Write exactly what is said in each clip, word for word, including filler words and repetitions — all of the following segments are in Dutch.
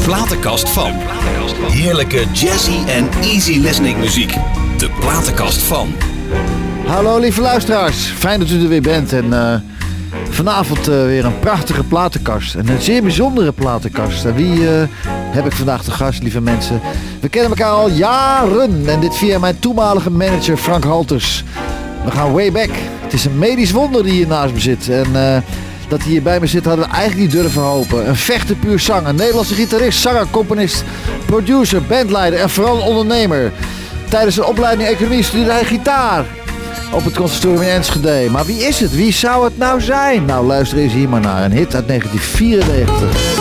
platenkast van. Heerlijke jazzy en easy listening muziek. De platenkast van. Hallo lieve luisteraars, fijn dat u er weer bent. En uh, vanavond uh, weer een prachtige platenkast. En een zeer bijzondere platenkast. En wie uh, heb ik vandaag te gast, lieve mensen? We kennen elkaar al jaren. En dit via mijn toenmalige manager Frank Halters. We gaan way back. Het is een medisch wonder die hier naast me zit. En uh, dat hij hier bij me zit hadden we eigenlijk niet durven hopen. Een vechter puur zang. Een Nederlandse gitarist, zanger, componist, producer, bandleider en vooral een ondernemer. Tijdens zijn opleiding economie studeerde hij gitaar op het conservatorium in Enschede. Maar wie is het? Wie zou het nou zijn? Nou, luister eens hier maar naar. Een hit uit negentien vierennegentig.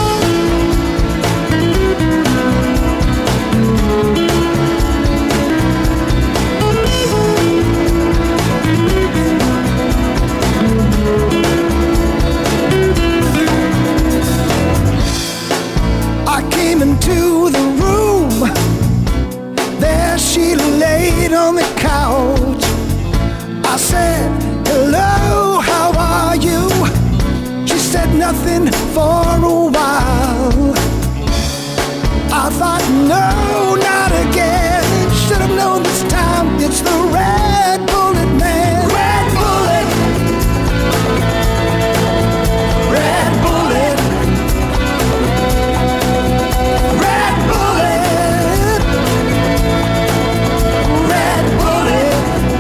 Nothing for a while. I thought, no, not again. Should have known this time. It's the Red Bullet Man. Red Bullet. Red Bullet. Red Bullet. Red Bullet.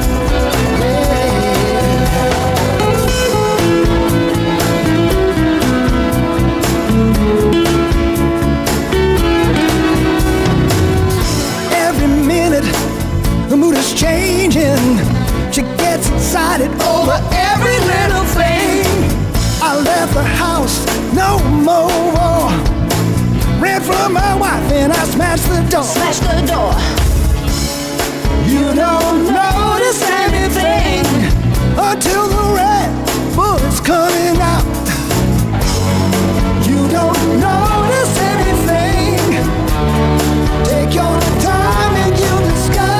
The mood is changing. She gets excited over every little thing. I left the house, no more. Ran from my wife and I smashed the door. Smash the door. You don't notice anything until the red bullet's coming out. You don't notice anything. Take your time and you discover.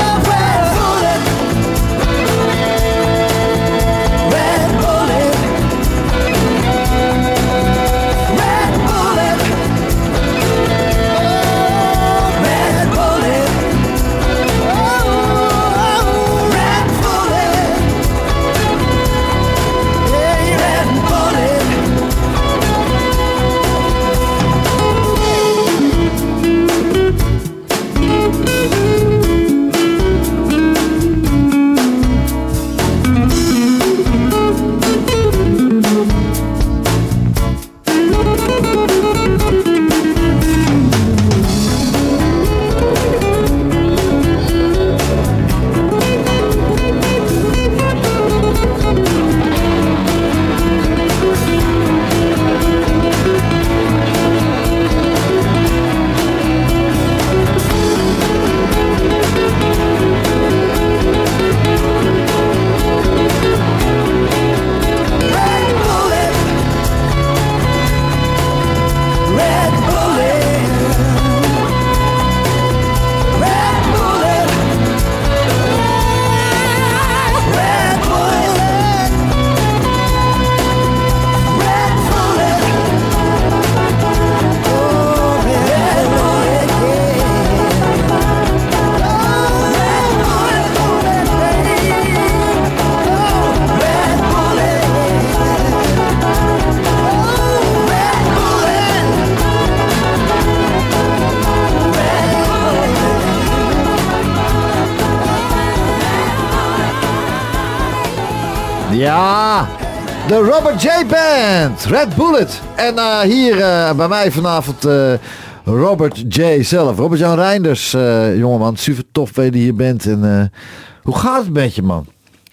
Ja, de Robert J. Band, Red Bullet. En uh, hier uh, bij mij vanavond uh, Robert J. zelf. Robert-Jan Reinders, uh, jongeman, super tof dat je hier bent. En, uh, hoe gaat het met je, man?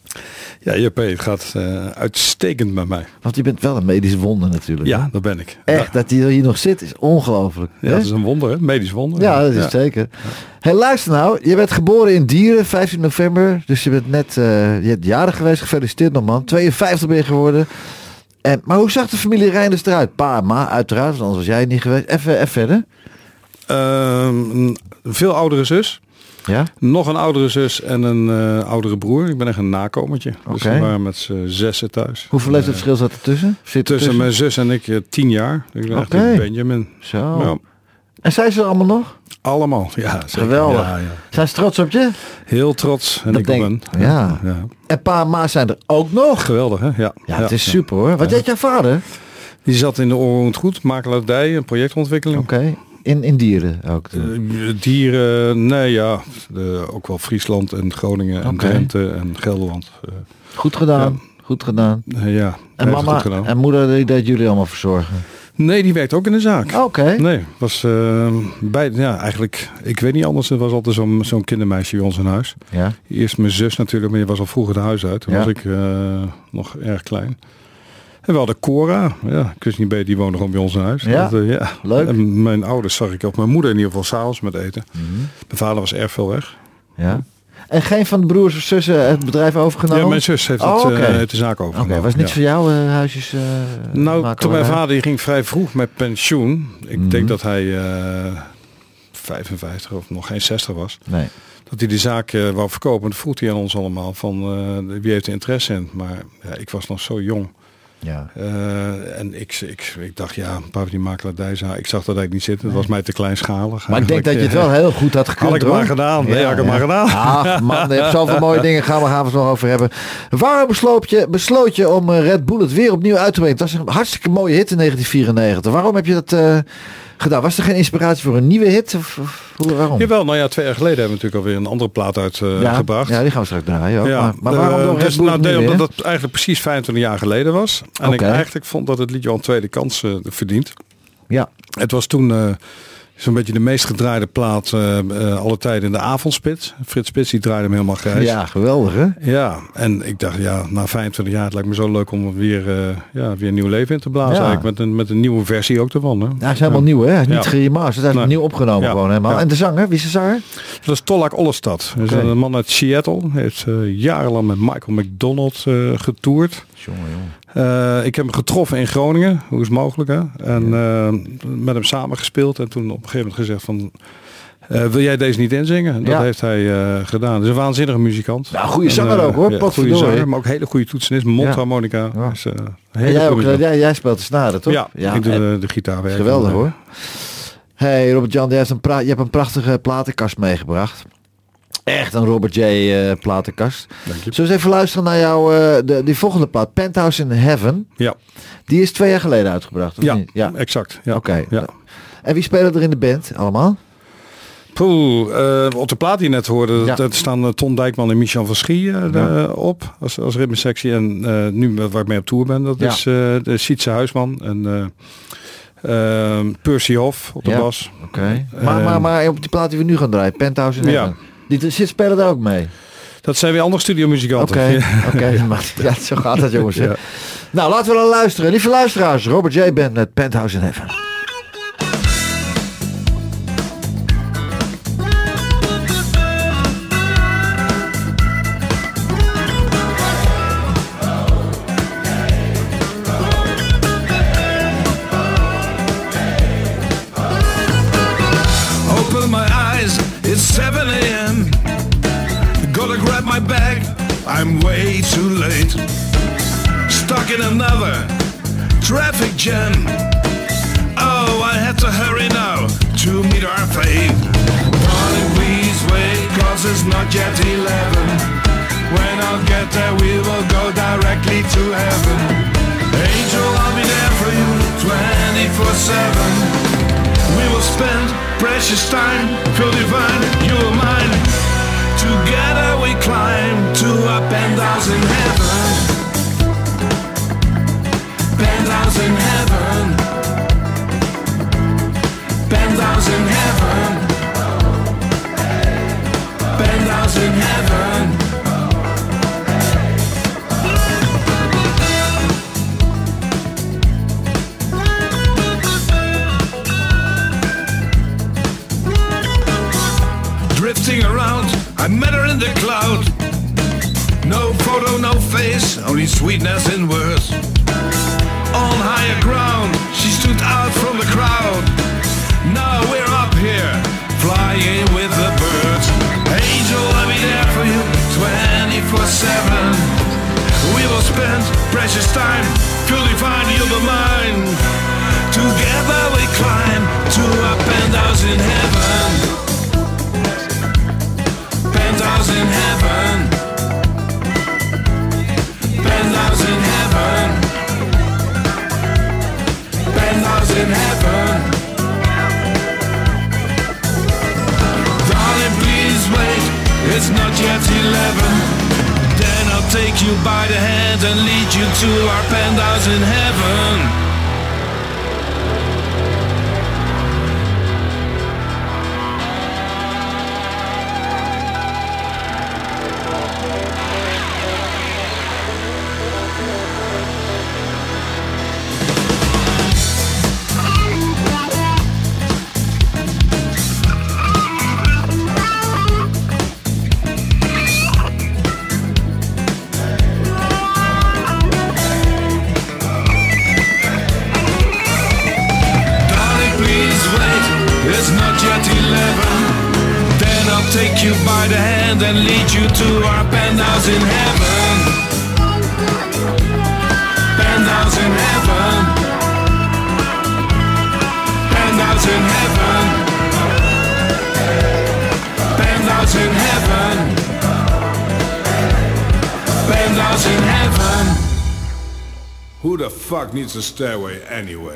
Ja, J P, het gaat uh, uitstekend met mij. Want je bent wel een medisch wonder natuurlijk. Ja, hè? dat ben ik. Echt, ja. dat hij hier nog zit is ongelooflijk. Ja, dat is een wonder, hè? Medisch wonder. Ja, dat is ja. zeker. Hey, luister nou, je werd geboren in Dieren, vijftien november. Dus je bent net, uh, je bent jarig geweest. Gefeliciteerd nog, man. tweeënvijftig ben je geworden. En, maar hoe zag de familie Reinders eruit? Pa, ma, uiteraard, want anders was jij niet geweest. Even, even verder. Uh, een veel oudere zus. Ja? Nog een oudere zus en een uh, oudere broer. Ik ben echt een nakomertje. Okay. Dus we waren met z'n zessen thuis. Hoeveel leeftijdsverschil zat er tussen? Zit er tussen tussen mijn zus en ik uh, tien jaar. Ik ben okay. echt een Benjamin. Zo. Ja. En zijn ze er allemaal nog? Allemaal, ja. Zeker. Geweldig. Ja, ja. Zijn ze trots op je? Heel trots. En Dat ik denk- ben. ja. ja. En pa en ma zijn er ook nog. Geweldig, hè? Ja, Ja, het is super hoor. Wat deed jouw vader? Die zat in de Oorwoond Goed, makelaardij, een projectontwikkeling. Oké. Okay. In, in dieren ook. Uh, dieren, nee ja. De, ook wel Friesland en Groningen en Okay. Drenthe en Gelderland. Uh, goed gedaan. Ja. Goed gedaan. Uh, ja. En mama goed gedaan. en moeder die deed jullie allemaal verzorgen? Nee, die werkt ook in de zaak. Oké. Okay. Nee, was uh, bij, ja, eigenlijk, ik weet niet anders. Er was altijd zo'n zo'n kindermeisje bij ons in huis. Ja. Eerst mijn zus natuurlijk, maar die was al vroeger de huis uit. Toen ja. was ik uh, nog erg klein. En we hadden Cora. Ja, ik wist niet beter, die woonde gewoon bij ons in huis. Ja, dat, uh, ja. Leuk. En mijn ouders zag ik op mijn moeder in ieder geval s'avonds met eten. Mm-hmm. Mijn vader was erg veel weg. Ja. En geen van de broers of zussen het bedrijf overgenomen? Ja, mijn zus heeft oh, het, okay. uh, de zaak overgenomen. Oké, okay. Was het niet ja. voor jou uh, huisjes uh, Nou, maken toen mijn vader die ging vrij vroeg met pensioen. Ik mm-hmm. denk dat hij uh, vijfenvijftig of nog geen zestig was. Nee. Dat hij die zaak uh, wou verkopen. Dat vroeg hij aan ons allemaal van uh, wie heeft er interesse in. Maar ja, ik was nog zo jong. Ja. Uh, en ik, ik, ik dacht, ja, een paar van die makelaardijzaken. Ik zag dat eigenlijk niet zitten. Het was mij te kleinschalig. Maar ik denk dat je het wel heel goed had gekund. Had ik het maar gedaan. Nee, ja, had ik het ja. maar gedaan. Ach man, je hebt zoveel mooie dingen. Gaan we, gaan we het nog over hebben. Waarom besloot je, besloot je om Red Bullet weer opnieuw uit te brengen? Dat was een hartstikke mooie hit in negentien vierennegentig. Waarom heb je dat uh, gedaan? Was er geen inspiratie voor een nieuwe hit? Of, of hoe, waarom? Jawel, nou ja, twee jaar geleden hebben we natuurlijk alweer een andere plaat uitgebracht. Uh, ja, ja, die gaan we straks draaien ook. Ja, maar, maar waarom uh, dus nou, nee, omdat dat eigenlijk precies vijfentwintig jaar geleden was. En okay. ik eigenlijk vond dat het liedje al een tweede kans uh, verdient. Ja. Het was toen uh, zo'n beetje de meest gedraaide plaat uh, uh, alle tijden in de avondspits. Frits Spits die draaide hem helemaal grijs. Ja, geweldig hè? Ja, en ik dacht ja, na vijfentwintig jaar het lijkt me zo leuk om weer, uh, ja, weer een nieuw leven in te blazen. Ja. Eigenlijk met een, met een nieuwe versie ook ervan. Hè? Ja, hij is helemaal ja. nieuw hè? Hij is niet ja. geremasterd, hij is nee. nieuw opgenomen ja. gewoon helemaal. Ja. En de zanger, wie is de zanger? Dat is Tollak Ollestad. Dat is okay. een man uit Seattle. Hij heeft uh, jarenlang met Michael McDonald uh, getoerd. Jongen, jongen. Uh, ik heb hem getroffen in Groningen, hoe is het mogelijk hè? En ja. uh, met hem samen gespeeld en toen op een gegeven moment gezegd van uh, wil jij deze niet inzingen? En dat ja. heeft hij uh, gedaan. Hij is een waanzinnige muzikant. Ja, goede zanger uh, ook hoor, ja, goede zanger, maar ook hele goede toetsenist, mondharmonica. Ja. Dus, uh, en jij, ook, jij, jij speelt de snaren toch? Ja, ja. ik doe de, de gitaar. Geweldig en, hoor. Hey Robert-Jan, je, je hebt een prachtige platenkast meegebracht. Echt een Robert J. Uh, platenkast. Zullen we eens even luisteren naar jou, uh, de, die volgende plaat, Penthouse in Heaven. Ja. Die is twee jaar geleden uitgebracht, of ja, niet? Ja, exact. Ja. Oké. Okay. Ja. En wie spelen er in de band allemaal? Poeh, uh, op de plaat die je net hoorde, ja. dat staan uh, Ton Dijkman en Michel van Schie uh, ja. op als, als ritmesectie. En uh, nu waar ik mee op tour ben, dat ja. is uh, de Sietse Huisman en uh, uh, Percy Hof op de ja. bas. Oké. Okay. Uh, maar, maar, maar op die plaat die we nu gaan draaien, Penthouse in Heaven. Ja. Die zit spelen daar ook mee. Dat zijn weer andere studiomuzikanten. Oké, okay, okay, ja, zo gaat het jongens. Ja. Nou, laten we dan luisteren. Lieve luisteraars, Robert J. Band met Penthouse in Heaven. Open my eyes, it's seven a.m. Gotta grab my bag, I'm way too late. Stuck in another traffic jam. Oh, I have to hurry now to meet our fate. Darling, please wait, cause it's not yet eleven. When I'll get there, we will go directly to heaven. Angel, I'll be there for you twenty-four seven. We will spend precious time, feel divine, you are mine. Together we climb to a penthouse in heaven. Penthouse in heaven. Penthouse in heaven. Penthouse in heaven. Drifting around, I met her in the cloud. No photo, no face, only sweetness in words. On higher ground, she stood out from the crowd. Now we're up here, flying with the birds. Angel, I'll be there for you twenty-four seven. We will spend precious time, feel divine, you'll be mine. Together we climb to a penthouse in heaven. Penthouse in heaven. Penthouse in heaven. Penthouse in heaven. Darling, please wait, it's not yet eleven. Then I'll take you by the hand and lead you to our penthouse in heaven. Take you by the hand and lead you to our penthouse in heaven. Penthouse in heaven. Penthouse in heaven. Penthouse in heaven. Penthouse in heaven. Who the fuck needs a stairway anyway?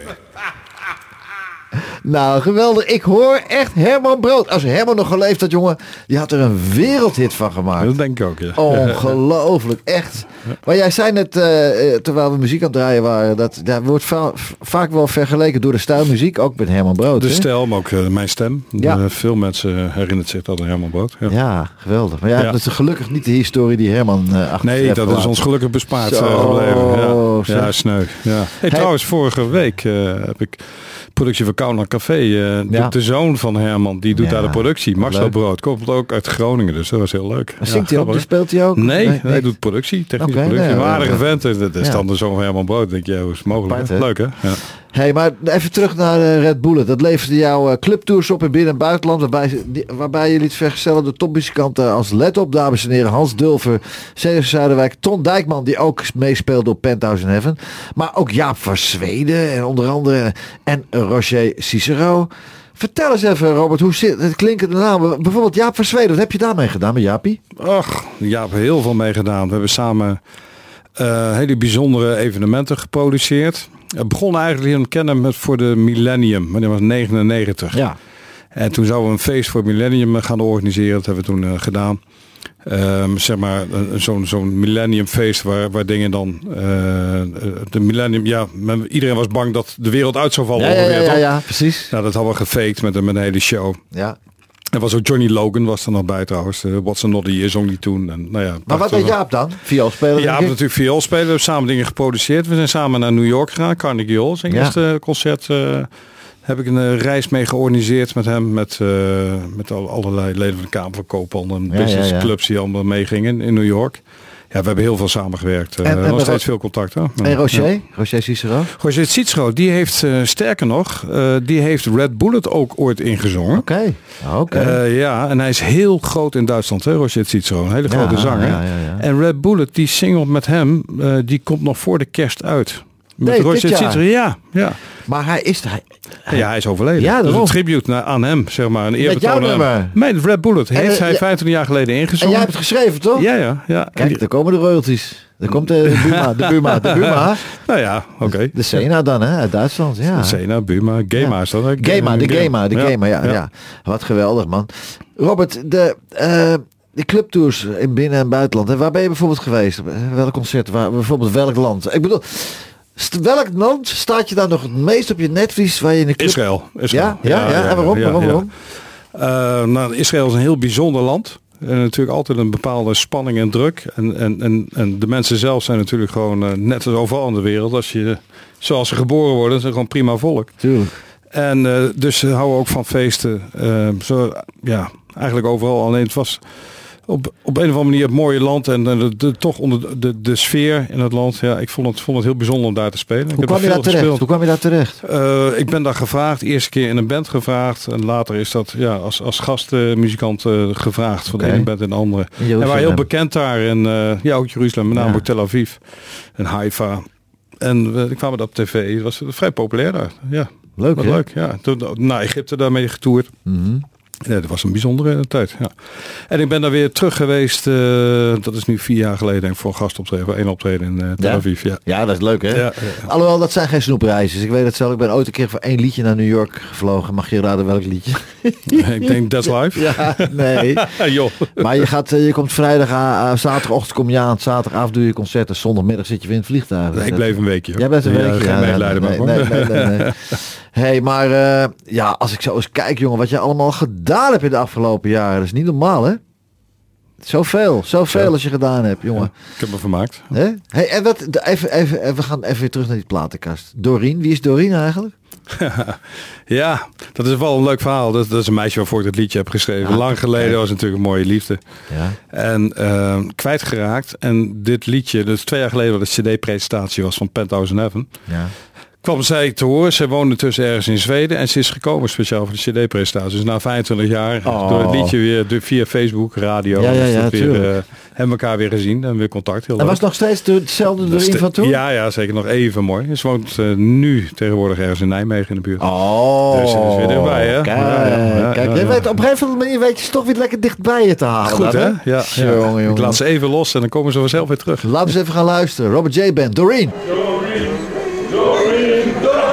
Nou, geweldig. Ik hoor echt Herman Brood. Als Herman nog geleefd had, jongen, die had er een wereldhit van gemaakt. Dat denk ik ook, ja. Ongelooflijk, echt. Maar jij zei net, uh, terwijl we muziek aan het draaien waren, dat dat wordt va- vaak wel vergeleken door de stijlmuziek, ook met Herman Brood. De hè? stijl, maar ook uh, mijn stem. Ja. Uh, veel mensen herinneren zich dat aan Herman Brood. Ja, ja geweldig. Maar jij ja. hebt dus gelukkig niet de historie die Herman uh, achter Nee, dat is ons gelukkig bespaard uh, gebleven. Ja, ja sneu. Ja. Hey, hey. Trouwens, vorige week uh, heb ik productie van Kouwland Café. Uh, Ja. de, de zoon van Herman, die doet Ja, daar de productie. Marcel Brood komt ook uit Groningen, dus dat was heel leuk. Maar zingt ja, hij ook? Speelt hij ook? Nee, nee, hij doet productie, technische okay, productie. nee, Een aardige ja, vent. Dat is ja. dan de zoon van Herman Brood. Denk je, hoe is het mogelijk? Apart, hè? Leuk, hè? Ja. Hey, maar even terug naar uh, Red Bullet. Dat leverde jouw uh, clubtours op in binnen- en buitenland. Waarbij, die, waarbij je liet vergezellen door topmuzikanten als Let Op, dames en heren. Hans Dulfer, Cedric Zuiderwijk, Ton Dijkman, die ook meespeelde op Penthouse in Heaven. Maar ook Jaap van Zweden en onder andere en Roger Cicero. Vertel eens even, Robert, hoe zit het? Klinken de namen. Bijvoorbeeld Jaap van Zweden. Wat heb je daarmee gedaan met Jaapie? Ach, Jaap, heel veel mee gedaan. We hebben samen uh, hele bijzondere evenementen geproduceerd. Het begon eigenlijk in kennen met voor de Millennium, maar dat was negenennegentig. Ja. En toen zouden we een feest voor Millennium gaan organiseren. Dat hebben we toen uh, gedaan. Um, zeg maar uh, zo'n zo'n millenniumfeest waar, waar dingen dan uh, de millennium, ja, men, iedereen was bang dat de wereld uit zou vallen. Ja, ja, ja, ongeveer, ja, ja, precies. Nou, dat hadden we gefaked met een, met een hele show. Ja. Er was ook Johnny Logan was er nog bij trouwens. Uh, What's a Noddy is zong die toen. En, nou ja, maar wat deed Jaap dan? Viool spelen? Ja, we hebben natuurlijk viool spelen. We hebben samen dingen geproduceerd. We zijn samen naar New York gegaan. Carnegie Hall, zijn ja. eerste concert. Uh, heb ik een uh, reis mee georganiseerd met hem. Met, uh, met al, allerlei leden van de Kamer van Koophandel en ja, businessclubs ja, ja. die allemaal meegingen in New York. Ja, we hebben heel veel samengewerkt. Uh, en, en nog steeds veel contact. Hè? En Roger? Ja. Roger Cicero? Roger Cicero, die heeft, uh, sterker nog, uh, die heeft Red Bullet ook ooit ingezongen. Oké. Okay. Okay. Uh, ja, en hij is heel groot in Duitsland, hè, Roger Cicero. Een hele grote ja, zanger. Ja, ja, ja. En Red Bullet, die single met hem, uh, die komt nog voor de kerst uit. Met nee, Roger Cicero, ja, ja. Maar hij is... Hij, hij... Ja, hij is overleden. Ja, dus een tribute naar, aan hem, zeg maar. Een eerbetoon aan hem. Met Red Bullet heeft en, hij ja, vijfentwintig jaar geleden ingezongen. En jij hebt het geschreven, toch? Ja, ja. ja. Kijk, die... daar komen de royalties. Er komt de, de Buma, de Buma, de Buma. Nou ja, oké. Okay. De Sena dan, hè, uit Duitsland, ja. De Sena, Buma, Gema ja. is dat, hè? Gema, de Gema, de ja. Gema, ja, ja. ja. Wat geweldig, man. Robert, de... Uh, de clubtours in binnen- en buitenland. En waar ben je bijvoorbeeld geweest? Welk concert? Waar, bijvoorbeeld welk land? Ik bedoel... Welk land staat je daar nog het meest op je netvlies waar je in de club... Israël. Israël. Ja? Ja, ja, ja. En waarom? Ja, waarom, ja. waarom? Uh, nou, Israël is een heel bijzonder land. En natuurlijk altijd een bepaalde spanning en druk. En, en, en, en de mensen zelf zijn natuurlijk gewoon uh, net als overal in de wereld. Als je, zoals ze geboren worden, zijn gewoon prima volk. Tuurlijk. En uh, dus ze houden ook van feesten. Uh, zo, ja, eigenlijk overal. Alleen het was... Op, op een of andere manier het mooie land en de, de, de, toch onder de, de, de sfeer in het land. Ja, ik vond het, vond het heel bijzonder om daar te spelen. Hoe kwam je daar terecht? Hoe kwam je daar terecht? Uh, ik ben daar gevraagd, eerste keer in een band gevraagd. En later is dat ja, als, als gastmuzikant uh, gevraagd van okay. de ene band en de andere. En wij heel bekend daar in uh, ja, ook Jeruzalem, met name ja. ook Tel Aviv en Haifa. En we kwamen dat op tv. Het was vrij populair daar. Ja. Leuk, hè? Leuk, ja. Toen naar Egypte daarmee getoerd. Mm-hmm. Ja, dat was een bijzondere tijd. Ja. En ik ben daar weer terug geweest. Uh, dat is nu vier jaar geleden. Denk ik, voor een gastoptreden. Één optreden in uh, Tel ja? Aviv. Ja. ja, dat is leuk, hè? Ja, ja, ja. Alhoewel, dat zijn geen snoepreisjes. Ik weet het zelf. Ik ben ooit een keer voor één liedje naar New York gevlogen. Mag je raden welk liedje? Ik denk That's Life. Ja, nee. Joh. Maar je, gaat, je komt vrijdag aan, zaterdagochtend kom je aan. Zaterdagavond doe je concerten. Zondagmiddag zit je weer in het vliegtuig. Nee, ik bleef een weekje. Hoor. Jij bent een ja, weekje. Geen ja, medelijden nee, maar. Nee, nee, nee, nee. Hey, maar uh, ja, als ik zo eens kijk, jongen, wat je allemaal gedaan hebt in de afgelopen jaren, dat is niet normaal, hè? Zoveel, zoveel ja. als je gedaan hebt, jongen. Ja, ik heb me vermaakt. Hè? Hey, en wat, even, even, we gaan even weer terug naar die platenkast. Doreen, wie is Doreen eigenlijk? Ja, dat is wel een leuk verhaal. Dat, dat is een meisje waarvoor ik het liedje heb geschreven. Ja, Lang geleden ja. was natuurlijk een mooie liefde. Ja. En uh, kwijtgeraakt. En dit liedje, dus twee jaar geleden wat de cd-presentatie was van Penthouse in Heaven. Ja. Kwam zij te horen. Ze woonde tussen ergens in Zweden. En ze is gekomen speciaal voor de cd-presentatie. Dus na vijfentwintig jaar oh. door het liedje weer via Facebook, radio. Ja, ja, ja, ja, weer, uh, hebben elkaar weer gezien en weer contact. Heel en was het nog steeds hetzelfde Doreen van toen? Ja, ja, zeker nog even mooi. Ze woont uh, nu tegenwoordig ergens in Nijmegen in de buurt. Oh, dus het is weer dichtbij, hè? Kijk, ja, ja, ja, kijk ja, je ja. weet op een gegeven moment weet je ze toch weer lekker dichtbij je te halen. Goed, dan, hè? hè? Ja, ja. Jongen, jongen. Ik laat ze even los en dan komen ze vanzelf weer terug. Laten we eens even gaan luisteren. Robert J. Band, Doreen. Doreen, Doreen, Doreen.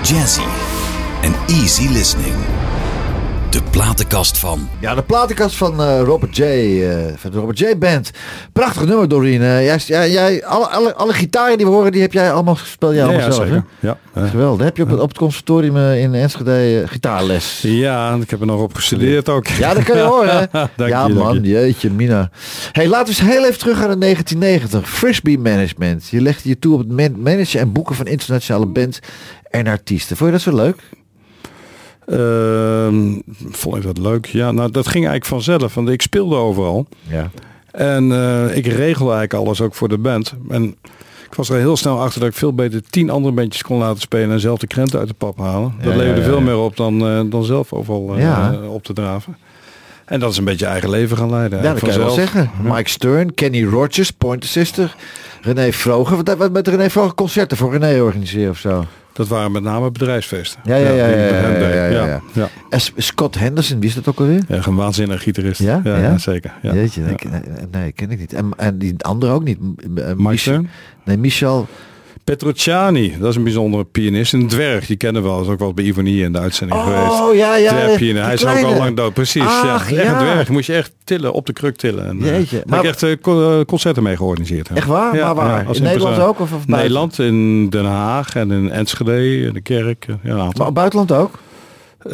jazzy en easy listening. De platenkast van... Ja, de platenkast van uh, Robert J. Uh, van de Robert J. Band. Prachtig nummer, Doreen. Uh, jij, jij, jij, alle, alle, alle gitaren die we horen, die heb jij allemaal gespeeld. Jij ja, allemaal ja, zelf, zeker. Hè? Ja, uh, geweldig. Heb je op, op het conservatorium uh, in Enschede uh, gitaarles? Ja, ik heb er nog op gestudeerd ook. Ja, dat kan je horen. Hè? dank ja, je, man. dank je. Jeetje, Mina. Hey, laten we eens heel even terug gaan naar negentien negentig. Frisbee Management. Je legde je toe op het man- managen en boeken van internationale bands en artiesten. Vond je dat zo leuk? Uh, vond ik dat leuk? Ja, nou dat ging eigenlijk vanzelf, want ik speelde overal. Ja. En uh, ik regelde eigenlijk alles ook voor de band. En ik was er heel snel achter dat ik veel beter tien andere bandjes kon laten spelen en zelf de krenten uit de pap halen. Dat ja, leverde ja, ja. veel meer op dan, uh, dan zelf overal uh, Ja. uh, op te draven. En dat is een beetje eigen leven gaan leiden. Ja, dat kan je wel zeggen. Mike Stern, Kenny Rogers, Pointer Sister, René Vroger. Wat, wat met René Vroger concerten voor René organiseren of zo? Dat waren met name bedrijfsfeesten. Ja, ja, ja. die ja, ik met hem ja, deed. ja, ja, ja. ja. En Scott Henderson, wie is dat ook alweer? Ja, een waanzinnig gitarist. Ja? Ja, Ja? ja, zeker. Ja. Jeetje, nee, Ja. nee, nee, ken ik niet. En, en die andere ook niet. Uh, Mike Stern? Nee, Michel. Petrucciani, dat is een bijzondere pianist. Een dwerg, die kennen we wel. Is ook wel bij Ivonie in de uitzending geweest. Oh, ja, ja. Dwergpianist. Hij is ook al lang dood. Precies, Ach, ja. Echt ja. een dwerg. Moest je echt tillen, op de kruk tillen. En, Jeetje. Uh, Maar- heb ik echt uh, co- uh, concerten mee georganiseerd. Hè. Echt waar? Ja, Maar waar? ja, als in Nederland impresario. ook? Of, of buiten? Nederland, in Den Haag en in Enschede, in de kerk. uh, Ja, een aantal. Maar buitenland ook? Uh,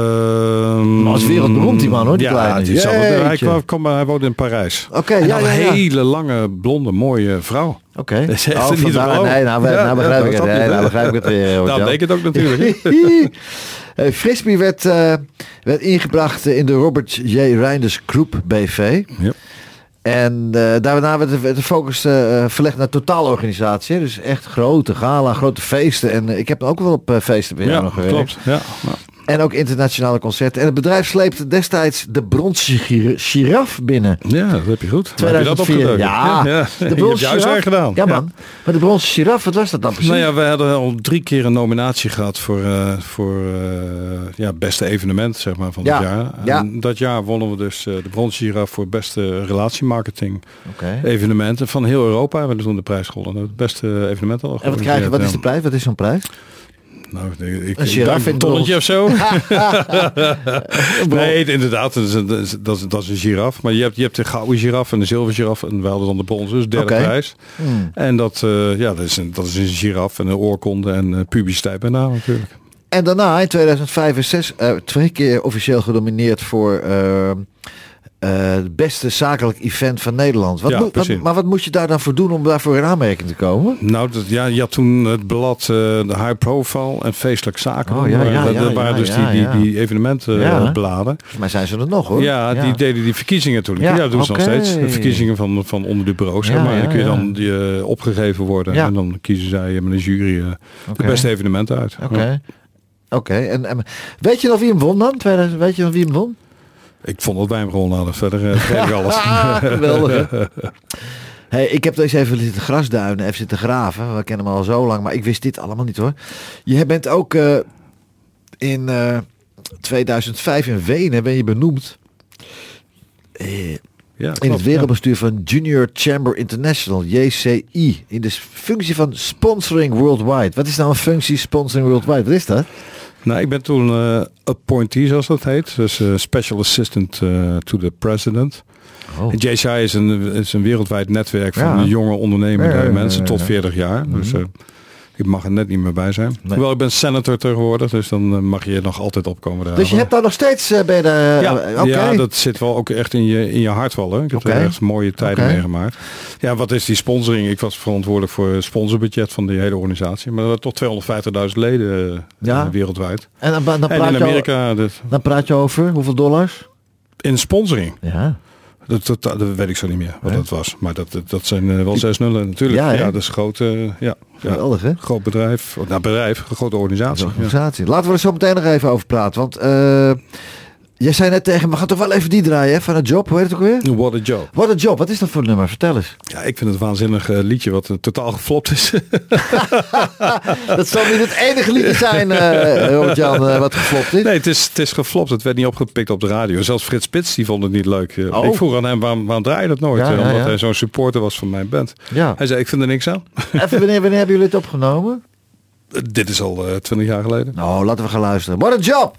Maar als wereldberoemd die man, hoor, die ja, kleine. die is al- hij, Jeetje. kwam, kwam, hij woonde in Parijs. Oké, En ja, dan ja, een ja. hele lange, blonde, mooie vrouw. Oké. Dat is echt Oh, niet te vandaar- geloven. nee, nou, we- Ja, nou begrijp ja, ik het. dat snap Nee, je. nou begrijp ik het weer. Nou, Robert-Jan. bleek het ook natuurlijk. Hey, Frisbee werd, uh, werd ingebracht in de Robert J. Reinders Groep B V. Ja. En uh, daarna werd de, werd de focus uh, verlegd naar totaalorganisatie. Dus echt grote gala, grote feesten. En uh, ik heb ook wel op uh, feesten bij jou Ja, nog gewerkt. klopt. Ja, ja. En ook internationale concerten. En het bedrijf sleepte destijds de bronzen gir- giraf binnen. Ja, dat heb je goed. Heb je dat tweeduizend vier. opgedoken? Ja, ja. de Je hebt bronzen je huiswerk giraf. gedaan. Ja, man. Maar de bronzen giraf, wat was dat dan precies? Nou ja, we hadden al drie keer een nominatie gehad voor, uh, voor uh, ja, beste evenement zeg maar, van Ja, het jaar. ja. En dat jaar wonnen we dus uh, de bronzen giraf voor beste relatiemarketing Oké. evenementen van heel Europa. We hebben toen de prijs gewonnen. Het beste evenement al. En wat krijg je? Wat is de prijs? Wat is zo'n prijs? Nou, ik, ik, Een ik giraf dacht in een tonnetje of zo. Bron- Nee, inderdaad, dat is, een, dat, is, dat, is, dat is een giraf. Maar je hebt, je hebt de gouden giraf en de zilveren giraf. En we hadden dan de bronzen, dus derde Oké. prijs. Hmm. En dat, uh, ja, dat, is een, dat is een giraf en een oorkonde en uh, publiciteit bijna natuurlijk. En daarna in tweeduizend vijf en zes uh, twee keer officieel genomineerd voor uh, uh, het beste zakelijk event van Nederland. Wat Ja, moet- wat, precies. maar wat moet je daar dan voor doen om daarvoor in aanmerking te komen? Nou, dat, ja, je had toen het blad uh, de High Profile en Feestelijk Zaken. Oh, ja, ja, dat, ja, dat waren ja, dus ja, die, ja. die, die evenementen Ja. uh, bladen. Volgens mij zijn ze er nog hoor. Ja, die deden die verkiezingen toen. Ja, Ja, dat doen ze oké. nog steeds. De verkiezingen van, van onder de bureaus. Ja, zeg maar. En ja, dan kun je ja. dan die, uh, opgegeven worden. Ja. En dan kiezen zij met een jury uh, Oké. de beste evenementen uit. Oké. Ja. Oké. En, en weet je nog wie hem won dan? tweeduizend, weet je nog wie hem won? Ik vond dat wij hem gewonnen hadden. Verder uh, vergeet ik alles. Geweldig. Hè? Hey, ik heb dus even zitten grasduinen, even zitten graven. We kennen hem al zo lang, maar ik wist dit allemaal niet hoor. Je bent ook uh, in uh, tweeduizend vijf in Wenen ben je benoemd. Uh, Ja, in klopt, het wereldbestuur van Junior Chamber International, J C I. In de functie van Sponsoring Worldwide. Wat is nou een functie Sponsoring Worldwide? Wat is dat? Nou, ik ben toen uh, appointee, zoals dat heet. Dus uh, Special Assistant uh, to the President. Oh. En J C I is een, is een wereldwijd netwerk van Ja. jonge ondernemende Ja, ja, ja, mensen ja, tot ja. veertig jaar. Dus uh, ik mag er net niet meer bij zijn. Nee. Hoewel ik ben senator tegenwoordig, dus dan uh, mag je nog altijd opkomen daar. Dus je hebt daar nog steeds uh, bij de... ja, uh, oké. ja, dat zit wel ook echt in je, in je hart wel. Hè. Ik heb Oké. er echt mooie tijden Oké. meegemaakt. Ja, wat is die sponsoring? Ik was verantwoordelijk voor het sponsorbudget van die hele organisatie. Maar er waren toch tweehonderdvijftigduizend leden uh, Ja. wereldwijd. En dan, dan, En praat in je Amerika, al- dus, dan praat je over hoeveel dollars? in sponsoring. Ja. Dat, dat, dat weet ik zo niet meer wat Nee. dat was. Maar dat, dat, dat zijn uh, wel zes nullen natuurlijk. Ja, Ja, hè? dat is groot. Uh, ja, ja. Geweldig hè? Groot bedrijf. Nou, bedrijf, een grote organisatie. Zo'n organisatie. Laten we er zo meteen nog even over praten. Want uh, jij zei net tegen me, ga toch wel even die draaien hè, van het job. Hoe heet het ook weer? Ja. What a job. Wat een job. Wat is dat voor een nummer? Vertel eens. Ja, ik vind het een waanzinnig uh, liedje wat uh, totaal geflopt is. Dat zal niet het enige liedje zijn, uh, Robert-Jan, uh, wat geflopt is. Nee, het is, het is geflopt. Het werd niet opgepikt op de radio. Zelfs Frits Spits die vond het niet leuk. Uh, Oh. Ik vroeg aan hem, waarom, waarom draai je dat nooit? Ja, Uh, ja, omdat ja. hij zo'n supporter was van mijn band. Ja. Hij zei, ik vind er niks aan. Even, wanneer, wanneer hebben jullie het opgenomen? dit is al uh, twintig jaar geleden. Nou, laten we gaan luisteren. What a job!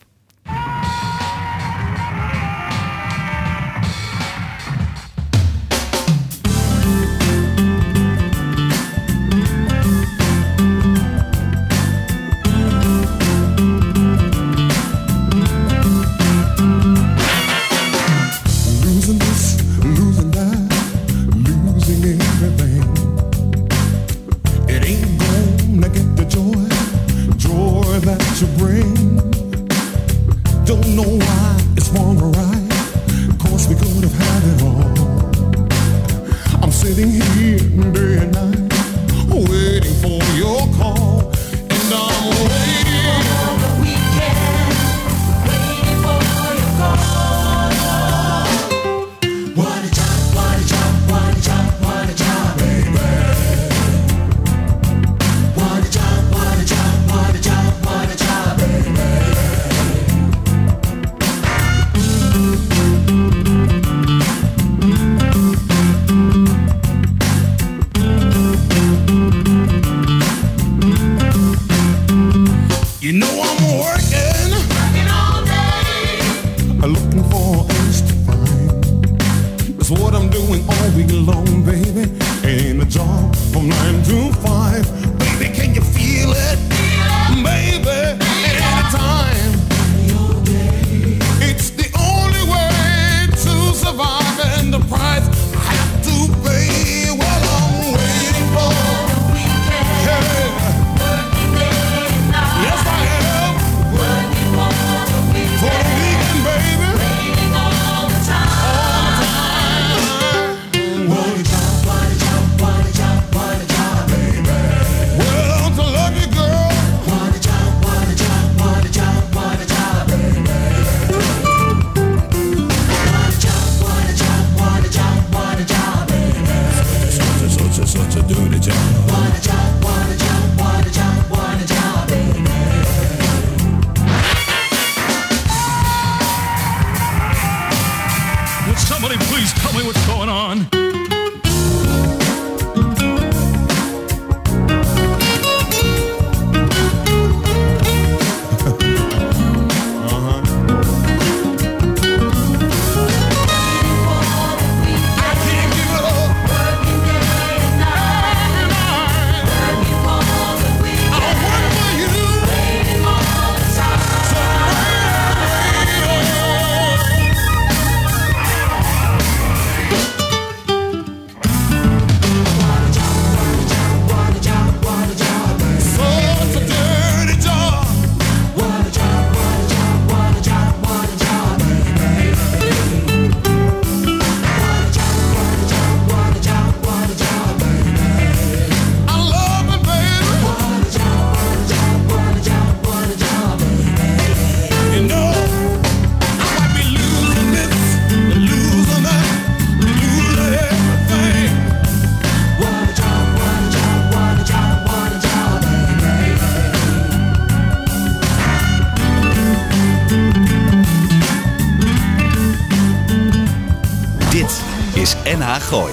N H Gooi.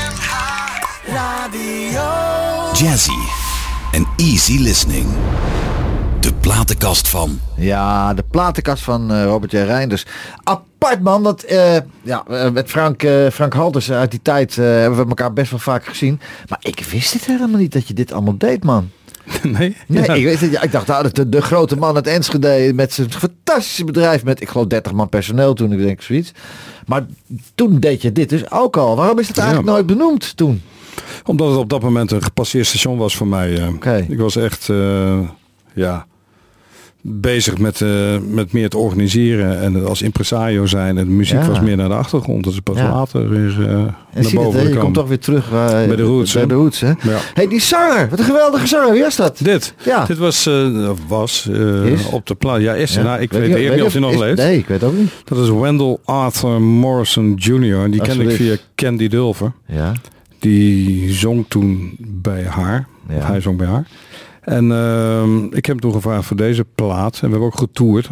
Jazzy en easy listening. De platenkast van... Ja, de platenkast van uh, Robert J. Reinders. Apart man, want uh, ja, met Frank, uh, Frank Halters uit die tijd uh, hebben we elkaar best wel vaak gezien. Maar ik wist het helemaal niet dat je dit allemaal deed, man. Nee? Nee, Ja. ik, weet het, ja, ik dacht, nou, de, de grote man uit Enschede met zijn fantastische bedrijf met, ik geloof, dertig man personeel toen, ik denk zoiets. Maar toen deed je dit dus ook al. Waarom is het eigenlijk Ja. nooit benoemd toen? Omdat het op dat moment een gepasseerd station was voor mij. Uh, Oké. Ik was echt uh, ja, bezig met, uh, met meer te organiseren en als impresario zijn. En de muziek Ja. was meer naar de achtergrond. Dat is pas Ja. later weer uh, En naar zie je, boven het, hè? Je gekomen. komt toch weer terug uh, Bij de roots, Bij hè? de roots, hè? Ja. Hey, die zanger. Wat een geweldige zanger. Wie was dat? Dit, Ja. dit was, uh, was uh, Is? op de plaat. Ja, is. Ja. Nou, ik weet, je- weet niet of hij nog is- leeft. Nee, ik weet ook niet. Dat is Wendell Arthur Morrison junior En die kende ik Alsjeblieft. via Candy Dulfer. Ja. Die zong toen bij haar. Ja. Hij zong bij haar. En uh, ik heb hem toen gevraagd voor deze plaat. En we hebben ook getoerd ook.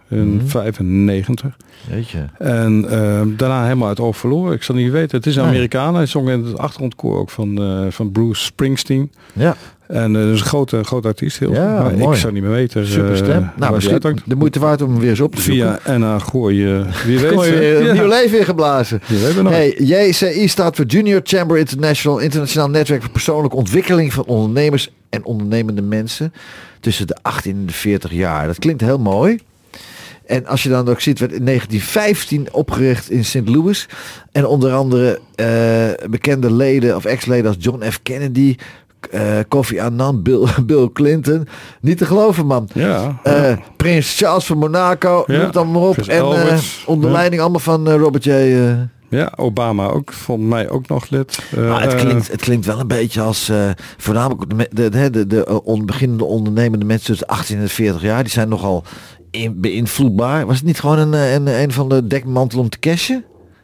in mm-hmm. vijfennegentig. Weet je. En uh, daarna helemaal uit oog verloren. Ik zal niet weten. Het is een nee. Amerikaan. Hij zong in het achtergrondkoor ook van, uh, van Bruce Springsteen. Ja. En uh, dus een grote, grote artiest. Heel ja, maar mooi. Ik zou niet meer weten. Super stem. Uh, nou, misschien de moeite waard om hem weer eens op te zoeken. Via N A Gooi. Uh, wie weet. Gooi weer een ja. nieuw leven ingeblazen. Hey, J C I staat voor Junior Chamber International. Internationaal netwerk voor persoonlijke ontwikkeling van ondernemers en ondernemende mensen. Tussen de achttien en de veertig jaar. Dat klinkt heel mooi. En als je dan ook ziet, werd in negentien vijftien opgericht in Saint Louis. En onder andere uh, bekende leden of ex-leden als John F. Kennedy, uh, Kofi Annan, Bill, Bill Clinton. Niet te geloven, man. Ja, uh, ja. Prins Charles van Monaco, ja, noem het allemaal op. En uh, onder leiding ja. allemaal van uh, Robert J. Uh, Ja, Obama ook, volgens mij ook nog lid. Uh, maar het, klinkt, het klinkt wel een beetje als, uh, voornamelijk de, de, de, de, de on, beginnende ondernemende mensen tussen achttien en veertig jaar, die zijn nogal in, beïnvloedbaar. Was het niet gewoon een, een, een van de dekmantel om te cashen?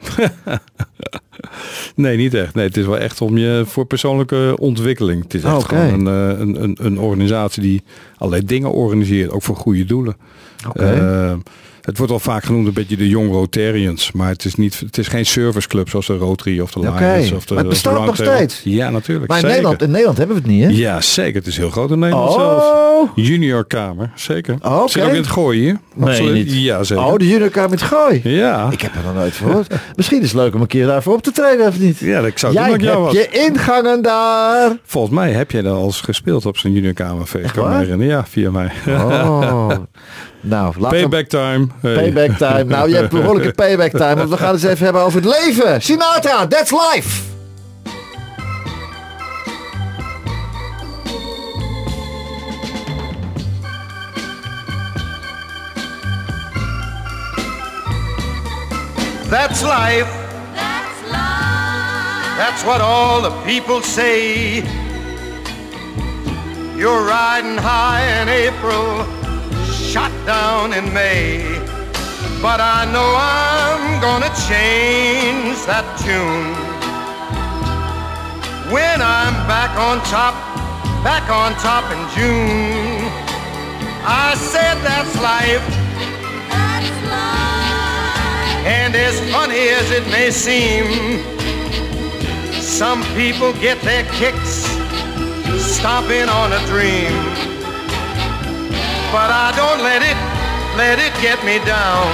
Nee, niet echt. Nee, het is wel echt om je voor persoonlijke ontwikkeling. Het is echt oh, okay. gewoon een, een, een, een organisatie die allerlei dingen organiseert, ook voor goede doelen. Okay. Uh, Het wordt al vaak genoemd een beetje de Young Rotarians. Maar het is, niet, het is geen serviceclub zoals de Rotary of de Lions. Okay. Of de, maar het bestaat nog Roundtable. steeds. Ja, natuurlijk. Maar in zeker. Nederland, in Nederland hebben we het niet, hè? Ja, zeker. Het is heel groot in Nederland oh. zelfs. Juniorkamer, zeker. Oh, okay. Zit ook in het Gooi hier. Nee, niet. Ja, zeker. Oh, de juniorkamer in het Gooi. Ja. Ik heb er nog nooit van gehoord. Misschien is het leuk om een keer daarvoor op te treden, of niet? Ja, dat zou Jij doen. hebt jou je ingangen daar. Volgens mij heb jij daar al eens gespeeld op zo'n juniorkamerfeest. Echt kan me herinneren. Ja, via mij. Oh. Nou, payback time. Hey. Payback time. Nou, je hebt behoorlijke payback time. Want we gaan het eens even hebben over het leven. Sinatra, that's life. That's life. That's life. That's what all the people say. You're riding high in April, shot down in May. But I know I'm gonna change that tune when I'm back on top, back on top in June. I said that's life. That's life. And as funny as it may seem, some people get their kicks stomping on a dream. But I don't let it, let it get me down.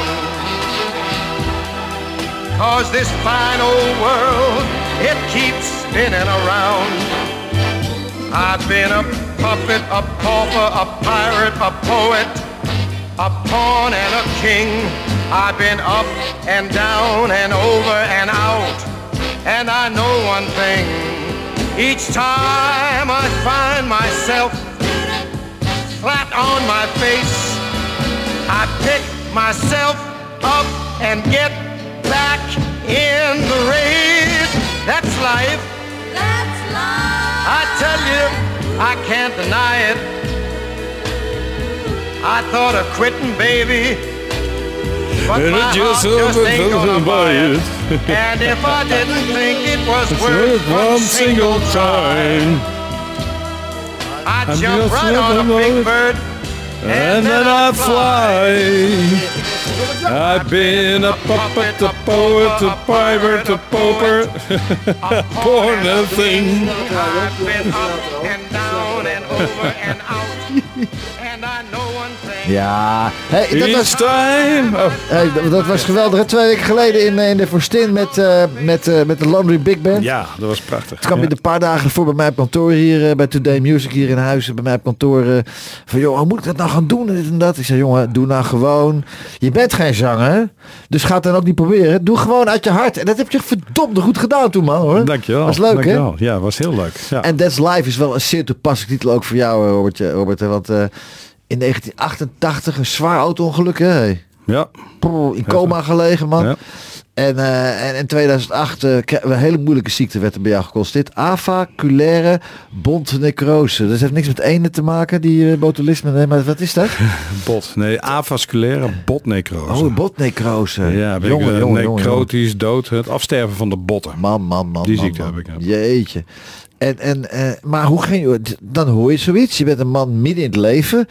'Cause this fine old world, it keeps spinning around. I've been a puppet, a pauper, a pirate, a poet, a pawn and a king. I've been up and down and over and out. And I know one thing, each time I find myself flat on my face, I pick myself up and get back in the race. That's life. That's life. I tell you, I can't deny it. I thought of quitting, baby, but and my just heart just ain't gonna buy it. it. And if I didn't think it was It's worth worth one single time, I'd I'm jump just right on a living big bird and then I fly. I've been a puppet, a poet, a pirate, a pauper, born a thing. I've been up and down and over and out, and I know one thing. Ja, hey, dat, Each was, time. Oh. hey, dat, dat was geweldig. Hè? Twee weken geleden in, in de Forstin met, uh, met, uh, met de Laundry Big Band. Ja, dat was prachtig. Het kwam ja. in een paar dagen voor bij mij op kantoor hier, uh, bij Today Music hier in huis, bij mij op kantoor. Uh, van, joh, hoe moet ik dat nou gaan doen en dit en dat? Ik zei, jongen, doe nou gewoon. Je bent geen zanger, dus ga het dan ook niet proberen. Doe gewoon uit je hart. En dat heb je verdomd goed gedaan toen, man, hoor. Dankjewel. Was leuk, Dankjewel. hè? Ja, was heel leuk. Ja. En That's Life is wel een zeer toepasselijk titel ook voor jou, Robert. Robert want uh, in negentien achtentachtig een zwaar auto-ongeluk, hè? Ja. Prrr, in coma gelegen, man. Ja. En, uh, en in tweeduizend acht uh, een hele moeilijke ziekte werd er bij jou geconstateerd. Avasculaire botnecrose. Dat heeft niks met ene te maken, die uh, botulisme. Nee, maar wat is dat? Bot. Nee, avasculaire botnecrose. Oh, botnecrose. Ja, ben jongen, ik, uh, jongen, necrotisch, jongen. dood. Het afsterven van de botten. Man, man, man. Die man, ziekte man. heb ik. Ja. Jeetje. En, en, uh, maar hoe ging je... Dan hoor je zoiets. Je bent een man midden in het leven.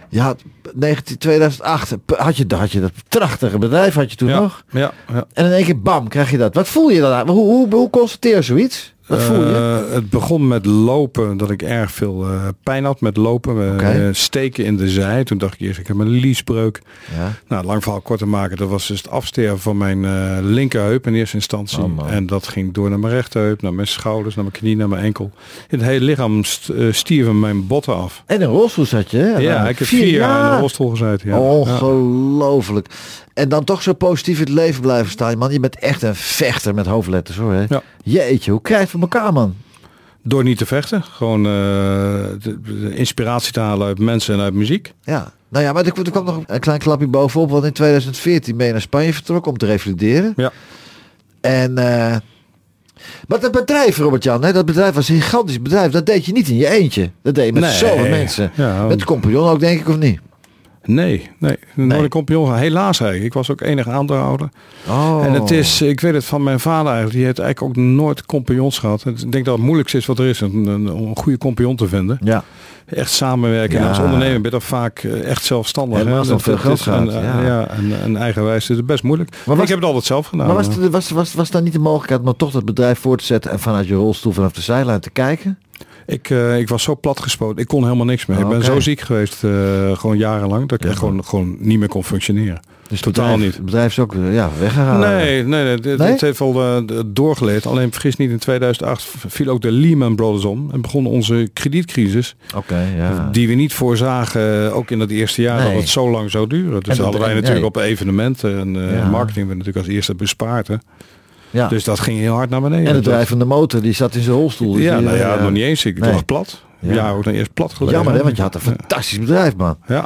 Je had negentien, tweeduizend acht, had je, had je dat prachtige bedrijf had je toen ja, nog. Ja, ja. En in één keer bam, krijg je dat. Wat voel je dan? Hoe, hoe, hoe constateer je zoiets? Wat voel je? Uh, het begon met lopen, dat ik erg veel uh, pijn had met lopen. Uh, Okay. Steken in de zij. Toen dacht ik eerst, ik heb een liesbreuk. Ja. Nou, lang verhaal kort te maken. Dat was dus het afsterven van mijn uh, linkerheup in eerste instantie. Oh, en dat ging door naar mijn rechterheup, naar mijn schouders, naar mijn knie, naar mijn enkel. Het hele lichaam st- uh, stierven mijn botten af. En in een rolstoel zat je, hè? Ja, ik heb vier, vier jaar in een rolstoel gezeten. Ja. Ongelooflijk. En dan toch zo positief in het leven blijven staan. Man, je bent echt een vechter met hoofdletters, hoor. Hè? Ja. Jeetje, hoe krijg je het voor elkaar, man? Door niet te vechten. Gewoon uh, de, de inspiratie te halen uit mensen en uit muziek. Ja. Nou ja, maar er, er kwam nog een klein klapje bovenop. Want in tweeduizend veertien ben je naar Spanje vertrokken om te revalideren. Ja. En... Uh, maar dat bedrijf, Robert-Jan, hè, dat bedrijf was een gigantisch bedrijf. Dat deed je niet in je eentje. Dat deed je met Nee. zoveel mensen. Ja. Met de compagnon ook, denk ik, of niet? Nee, nee. Nee. Nooit een compagnon. Helaas eigenlijk. Ik was ook enig aandeelhouder. Oh. En het is, ik weet het van mijn vader eigenlijk, die heeft eigenlijk ook nooit compagnons gehad. Ik denk dat het moeilijkste is wat er is, een, een, een goede compagnon te vinden. Ja. Echt samenwerken. Ja. En als ondernemer ben je dan vaak echt zelfstandig. Helemaal hè? als het veel geld is gaat, een, ja. ja, en, en eigenwijs is het best moeilijk. Maar Maar was- ik heb het altijd zelf gedaan. Maar was, er, was, was, was daar niet de mogelijkheid om toch dat bedrijf voor te zetten en vanuit je rolstoel vanaf de zijlijn te kijken? Ik, uh, ik was zo platgespoten. Ik kon helemaal niks meer. Oh, ik ben oké. zo ziek geweest, uh, gewoon jarenlang, dat ik Ja. echt gewoon, gewoon niet meer kon functioneren. Dus Totaal het bedrijf, niet. Het bedrijf is ook uh, ja, weggegaan. Nee, nee, nee, dit, Nee? dit heeft wel uh, doorgeleerd. Alleen vergis niet, in tweeduizend acht viel ook de Lehman Brothers om. En begon onze kredietcrisis. Oké, ja. Die we niet voorzagen, ook in het eerste jaar, Nee. dat het zo lang zou duren. Dus dat- hadden wij en- natuurlijk nee. op evenementen en uh, Ja. marketing werd natuurlijk als eerste bespaard. Hè. ja. Dus dat ging heel hard naar beneden. En het Dat- drijvende motor, die zat in zijn rolstoel. Dus Ja, die, nou ja, uh, nog niet eens. Ik nee. lag plat. Ja. Ja, ook dan eerst plat gelegen. Jammer, hè, want je had een fantastisch bedrijf, man. Ja.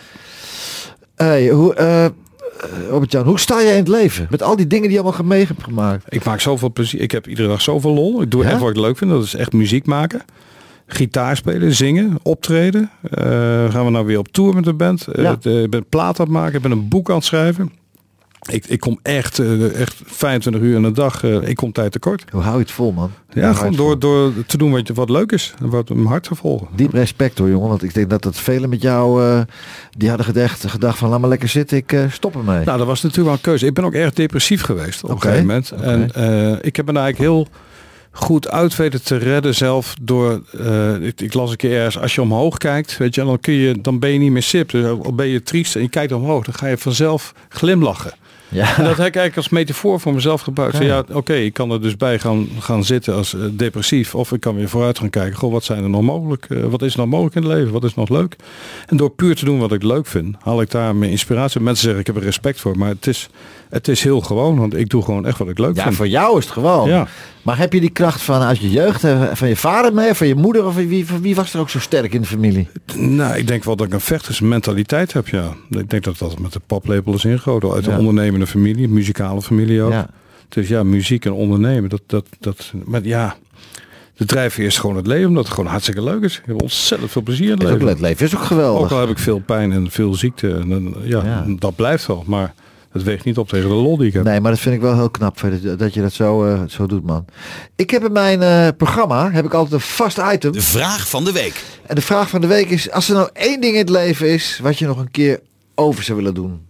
Hey, hoe, uh, Robert-Jan, hoe sta jij in het leven? Met al die dingen die je allemaal mee hebt gemaakt. Ik maak zoveel plezier. Ik heb iedere dag zoveel lol. Ik doe Ja? echt wat ik leuk vind. Dat is echt muziek maken. Gitaar spelen, zingen, optreden. Uh, gaan we nou weer op tour met de band. Uh, Ja. het, uh, ik ben plaat aan het maken. Ik ben een boek aan het schrijven. Ik, ik kom echt, uh, echt vijfentwintig uur in de dag. Uh, ik kom tijd tekort. Hoe hou je het vol, man? Hoe Ja, hou je gewoon het door, vol? door te doen wat, wat leuk is. En wat mijn hart te volgen. Diep respect hoor, jongen. Want ik denk dat dat velen met jou, uh, die hadden gedacht, gedacht van laat maar lekker zitten, ik uh, stop ermee. Nou, dat was natuurlijk wel een keuze. Ik ben ook erg depressief geweest op Oké, een gegeven moment. oké. En uh, ik heb me daar eigenlijk heel goed uit weten te redden zelf door, uh, ik, ik las een keer ergens, als je omhoog kijkt, weet je, dan kun je, dan ben je niet meer sip. Dus al ben je triest en je kijkt omhoog, dan ga je vanzelf glimlachen. Ja. En dat heb ik eigenlijk als metafoor voor mezelf gebruikt. Ja. Ja, ja, oké, ik kan er dus bij gaan, gaan zitten als uh, depressief. Of ik kan weer vooruit gaan kijken. Goh, wat zijn er nog mogelijk? Uh, wat is er nog mogelijk in het leven? Wat is nog leuk? En door puur te doen wat ik leuk vind, haal ik daar mijn inspiratie. Mensen zeggen, ik heb er respect voor. Maar het is, het is heel gewoon. Want ik doe gewoon echt wat ik leuk Ja, vind. voor jou is het gewoon. Ja. Maar heb je die kracht van uit je jeugd, eh, van je vader mee, van je moeder, of wie, van wie was er ook zo sterk in de familie? Nou, ik denk wel dat ik een vechtersmentaliteit heb, ja. Ik denk dat dat met de paplepel is ingegoten. Uit Ja. een ondernemende familie, muzikale familie ook. Ja. Dus ja, muziek en ondernemen, dat, dat, dat, maar ja, de drijfveer is gewoon het leven, omdat het gewoon hartstikke leuk is. Ik heb ontzettend veel plezier in het Is ook, leven. het leven is ook geweldig. Ook al heb ik veel pijn en veel ziekte, en, dan, ja, Ja. dat blijft wel. Maar het weegt niet op tegen de lol die ik heb. Nee, maar dat vind ik wel heel knap dat- dat je dat zo, uh, zo doet, man. Ik heb in mijn uh, programma heb ik altijd een vast item. De vraag van de week. En de vraag van de week is, als er nou één ding in het leven is wat je nog een keer over zou willen doen.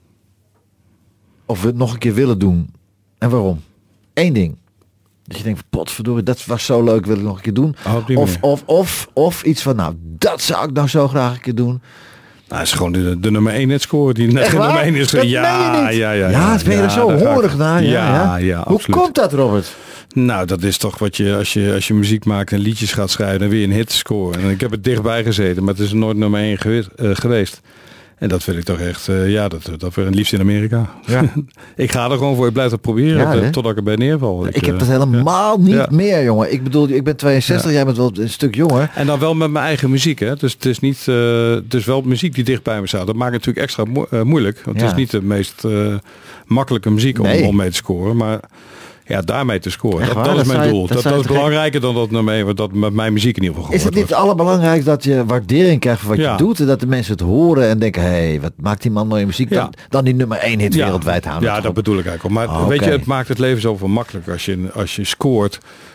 Of we nog een keer willen doen. En waarom? Eén ding. Dat je denkt, potverdorie, dat was zo leuk, wil ik nog een keer doen. Oh, op die Of, manier. of, of, of iets van, nou, dat zou ik nou zo graag een keer doen. Nou, het is gewoon de, de nummer één net scoren die net Echt geen waar? nummer één is. Dat ja, meen je niet. ja, ja, Ja, het ben je er zo daar ga ik. hongerig naar. Ja, Ja, ja. ja, Hoe absoluut. komt dat, Robert? Nou, dat is toch wat je als, je, als je muziek maakt en liedjes gaat schrijven en weer een hit scoren. En ik heb het dichtbij gezeten, maar het is nooit nummer één geweest. Uh, geweest. En dat vind ik toch echt, uh, ja, dat, dat weer een liefst in Amerika. Ja. Ik ga er gewoon voor, ik blijf het proberen Ja, tot, hè? totdat ik erbij neerval. Ik, ik heb uh, dat helemaal ja. niet Ja. meer, jongen. Ik bedoel, ik ben tweeënzestig, Ja. jij bent wel een stuk jonger. En dan wel met mijn eigen muziek, hè. Dus het is niet, uh, het is wel muziek die dicht bij me staat. Dat maakt het natuurlijk extra mo- uh, moeilijk. Want Ja. het is niet de meest uh, makkelijke muziek om, Nee. om mee te scoren. Maar ja, daarmee te scoren. Echt Dat, waar? dat is Dat mijn zou je- doel. dat Dat, zou dat je is te gek- belangrijker dan dat nummer wat dat met mijn muziek in ieder geval Is gehoord het niet het wordt. allerbelangrijkste dat je waardering krijgt voor wat Ja. je doet? En dat de mensen het horen en denken, hé, hey, wat maakt die man mooie muziek? Ja. Dan, dan die nummer één hit wereldwijd houden. Ja, dat bedoel ik eigenlijk ook. Maar Oh, weet je, oké. het maakt het leven zoveel makkelijker als je, als je scoort.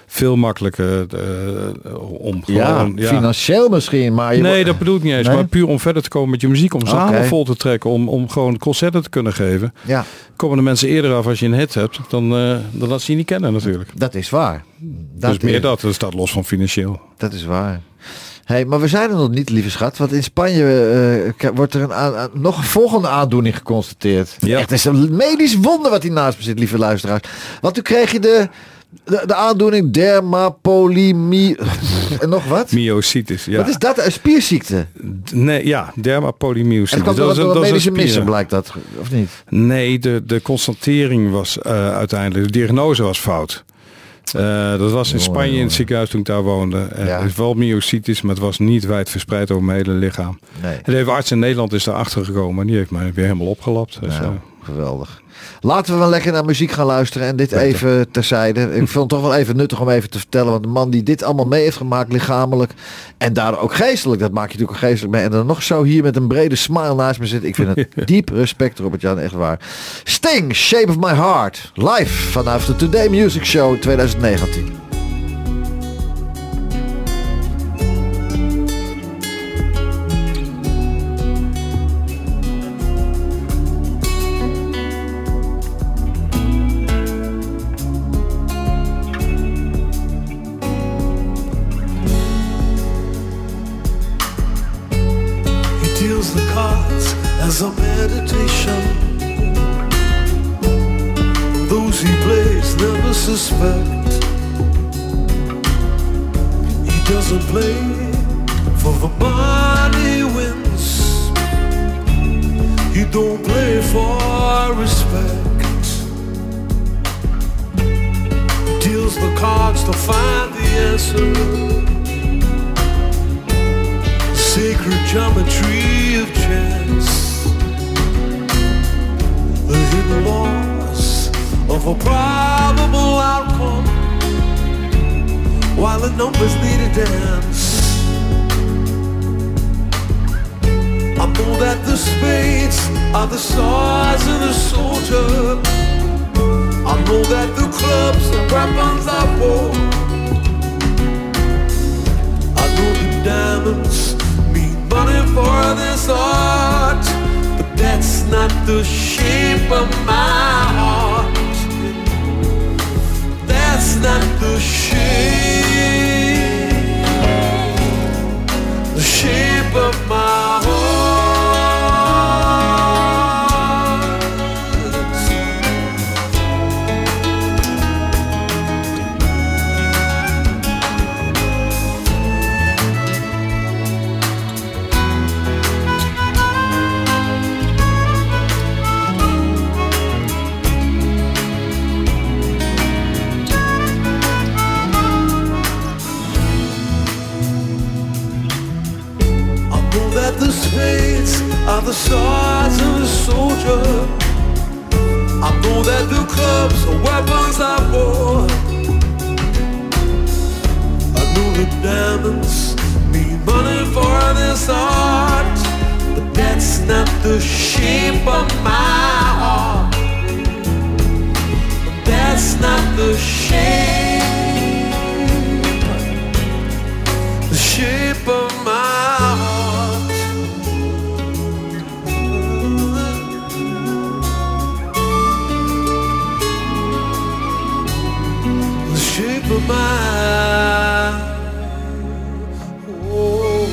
veel makkelijker uh, om ja, gewoon... Ja, financieel misschien, maar... Je nee, wo- dat bedoel ik niet eens. Nee? Maar puur om verder te komen met je muziek. Om zalen Oké. vol te trekken. Om, om gewoon concerten te kunnen geven. Ja, Komen de mensen eerder af als je een hit hebt. Dan, uh, dan laat ze je niet kennen natuurlijk. dat is waar. Dat dus meer is, dat. Dat staat los van financieel. dat is waar. Hey, maar we zijn er nog niet, lieve schat. Want in Spanje uh, wordt er een aan, nog een volgende aandoening geconstateerd. Ja. Echt, het is een medisch wonder wat hier naast me zit, lieve luisteraars. Want toen kreeg je de, de, de aandoening dermapolymi... en nog wat? Myositis, ja. Wat is dat? Een spierziekte? D- Nee, ja, dermapolymyositis. En kwam Dat door, is een- door dat is een medische spier. missen, blijkt dat, of niet? Nee, de, de constatering was uh, uiteindelijk... De diagnose was fout. Uh, dat was in Jongen, Spanje in jongen. het ziekenhuis toen ik daar woonde. Uh, Ja. Het is wel myositis, maar het was niet wijd verspreid over mijn hele lichaam. Nee. En de arts in Nederland is daarachter gekomen. En die heeft mij weer helemaal opgelapt. Dus, Nou, uh, geweldig. Laten we wel lekker naar muziek gaan luisteren en dit Beter. even terzijde. Ik vond het toch wel even nuttig om even te vertellen. Want de man die dit allemaal mee heeft gemaakt, lichamelijk en daar ook geestelijk, dat maak je natuurlijk ook geestelijk mee. En dan nog zo hier met een brede smile naast me zit. Ik vind het diep respect, Robert-Jan, echt waar. Sting, Shape of My Heart, live vanaf de Today Music Show twintig negentien. He deals the cards as a meditation. Those he plays never suspect. He doesn't play for the money wins. He don't play for respect. He deals the cards to find the answer. Sacred geometry of chance, the hidden laws of a probable outcome, while the numbers need a dance. I know that the spades are the swords of the soldier. I know that the clubs are weapons of war. I know the diamonds money for this art, but that's not the shape of my heart. That's not the shape, the shape of my heart. The spades are the swords of a soldier. I know that the clubs are weapons of war. I know the diamonds mean money for this art, but that's not the shape of my heart. That's not the shape, the shape of my heart. Shape of my oh.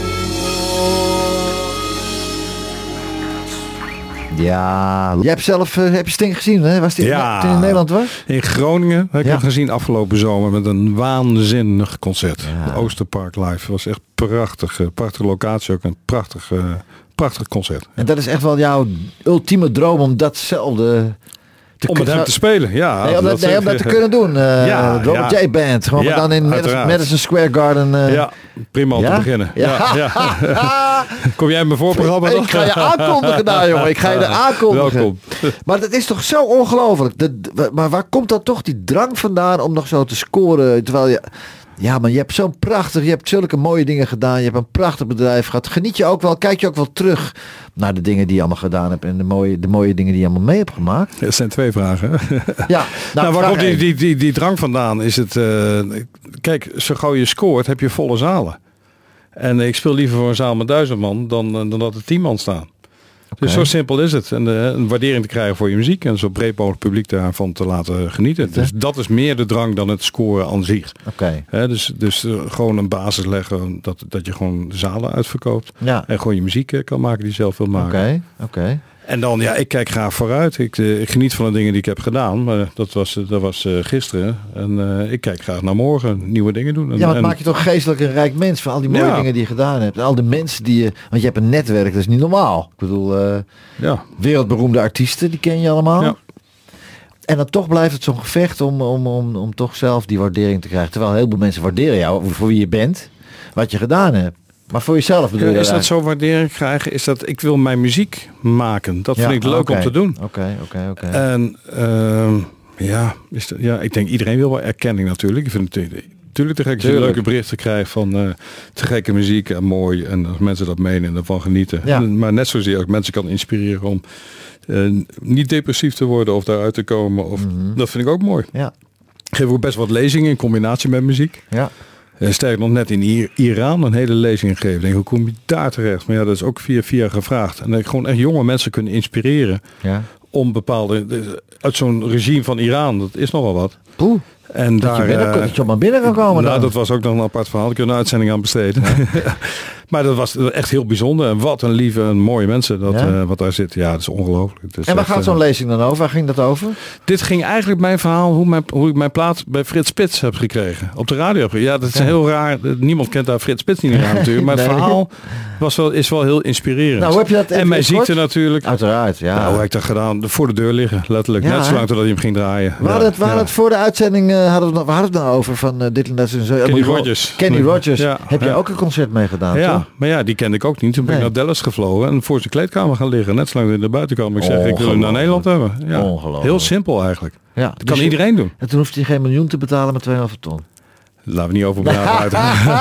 Ja, jij hebt zelf uh, heb je Sting gezien, hè? Was die Ja. toen in Nederland was? in Groningen heb ik Ja. hem gezien afgelopen zomer met een waanzinnig concert. Ja. De Oosterpark Live was echt prachtig. uh, Prachtige locatie ook. Een prachtig, uh, prachtig concert. En dat is echt wel jouw ultieme droom om datzelfde te Om met hem te spelen, ja. Nee, om dat, nee, om dat te kunnen doen. Uh, Ja, Robert ja. J. Band. Gewoon Ja, dan in Madison, uiteraard. Madison Square Garden. Uh, Ja, prima om ja? te beginnen. Ja. Ja. Ja. Kom jij in mijn voorprogramma Ik nog? ga je aankondigen daar, jongen. Ik ga je er aankondigen. Welkom. Maar dat is toch zo ongelooflijk. Dat- Maar waar komt dan toch die drang vandaan om nog zo te scoren? Terwijl je Ja, maar je hebt zo'n prachtig, je hebt zulke mooie dingen gedaan. Je hebt een prachtig bedrijf gehad. Geniet je ook wel, kijk je ook wel terug naar de dingen die je allemaal gedaan hebt en de mooie, de mooie dingen die je allemaal mee hebt gemaakt? Dat zijn twee vragen. Ja, nou, nou waar komt die, die, die, die drang vandaan? Is het, uh, kijk, zo gauw je scoort, heb je volle zalen. En ik speel liever voor een zaal met duizend man dan, dan dat er tien man staan. Okay. Dus zo simpel is het. En uh, een waardering te krijgen voor je muziek en zo breed mogelijk publiek daarvan te laten genieten. Dus dat is meer de drang dan het scoren aan zich. Okay. He, dus dus uh, gewoon een basis leggen dat, dat je gewoon de zalen uitverkoopt. Ja. En gewoon je muziek uh, kan maken die je zelf wil maken. Oké, okay. oké. Okay. En dan, ja, ik kijk graag vooruit. Ik, uh, ik geniet van de dingen die ik heb gedaan. Maar dat was, dat was uh, gisteren. En uh, ik kijk graag naar morgen. Nieuwe dingen doen. En, ja, maar en... maak je toch geestelijk een rijk mens van al die mooie ja. dingen die je gedaan hebt. En al de mensen die je... Want je hebt een netwerk, dat is niet normaal. Ik bedoel, uh, ja. wereldberoemde artiesten, die ken je allemaal. Ja. En dan toch blijft het zo'n gevecht om, om, om, om toch zelf die waardering te krijgen. Terwijl heel veel mensen waarderen jou voor wie je bent. Wat je gedaan hebt. Maar voor jezelf bedoel je? Is dat zo waardering krijgen? Is dat ik wil mijn muziek maken? Dat ja, vind ik leuk okay. om te doen. Oké, oké, oké. En uh, ja, is dat, ja, ik denk iedereen wil wel erkenning natuurlijk. Ik vind het natuurlijk te gek als je leuke berichten krijgt van uh, te gekke muziek en mooi. En als mensen dat menen en ervan genieten. Ja. En, maar net zozeer ook mensen kan inspireren om uh, niet depressief te worden of daaruit te komen. Of, mm-hmm. Dat vind ik ook mooi. Ja. Ik geef ook best wat lezingen in combinatie met muziek. Ja. Uh, sterk nog net in Iran een hele lezing gegeven. Denk, hoe kom je daar terecht? Maar ja, dat is ook via via gevraagd. En dat ik gewoon echt jonge mensen kunnen inspireren. Ja. Om bepaalde... Uit zo'n regime van Iran, dat is nogal wat. Poeh. En dat daar, je, binnen, uh, dat je maar binnen kan komen. Nou, dan. dat was ook nog een apart verhaal. Ik heb een uitzending aan besteden. Ja. Maar dat was echt heel bijzonder. En wat een lieve en mooie mensen dat, ja. uh, wat daar zit. Ja, dat is ongelooflijk. En waar gaat zo'n uh, lezing dan over? Waar ging dat over? Dit ging eigenlijk mijn verhaal hoe, mijn, hoe ik mijn plaat bij Frits Spits heb gekregen. Op de radio. Ja, dat is ja. heel raar. Niemand kent daar Frits Spits niet meer aan natuurlijk. Maar nee. Het verhaal was wel, is wel heel inspirerend. Nou, hoe heb je dat en mijn ziekte natuurlijk. Uiteraard, ja. Nou, hoe heb ik dat gedaan? Voor de deur liggen, letterlijk. Ja, Net zolang totdat hij hem ging draaien. We hadden het, we hadden het voor de uitzending uh, hadden we, we hadden het nou over van uh, dit en dat. En zo. Kenny Rogers. Kenny Rogers. Ja. Heb je ja. ook een concert mee gedaan? Ja, toch? maar ja, die kende ik ook niet. Toen ben nee. ik naar Dallas gevlogen en voor zijn kleedkamer gaan liggen. Net zolang we naar buiten komen. Ik zeg, ik wil hem naar Nederland hebben. Ja. Heel simpel eigenlijk. Ja, dat dus kan iedereen doen. En toen hoefde hij geen miljoen te betalen met twee komma vijf ton. Laten we niet over praten.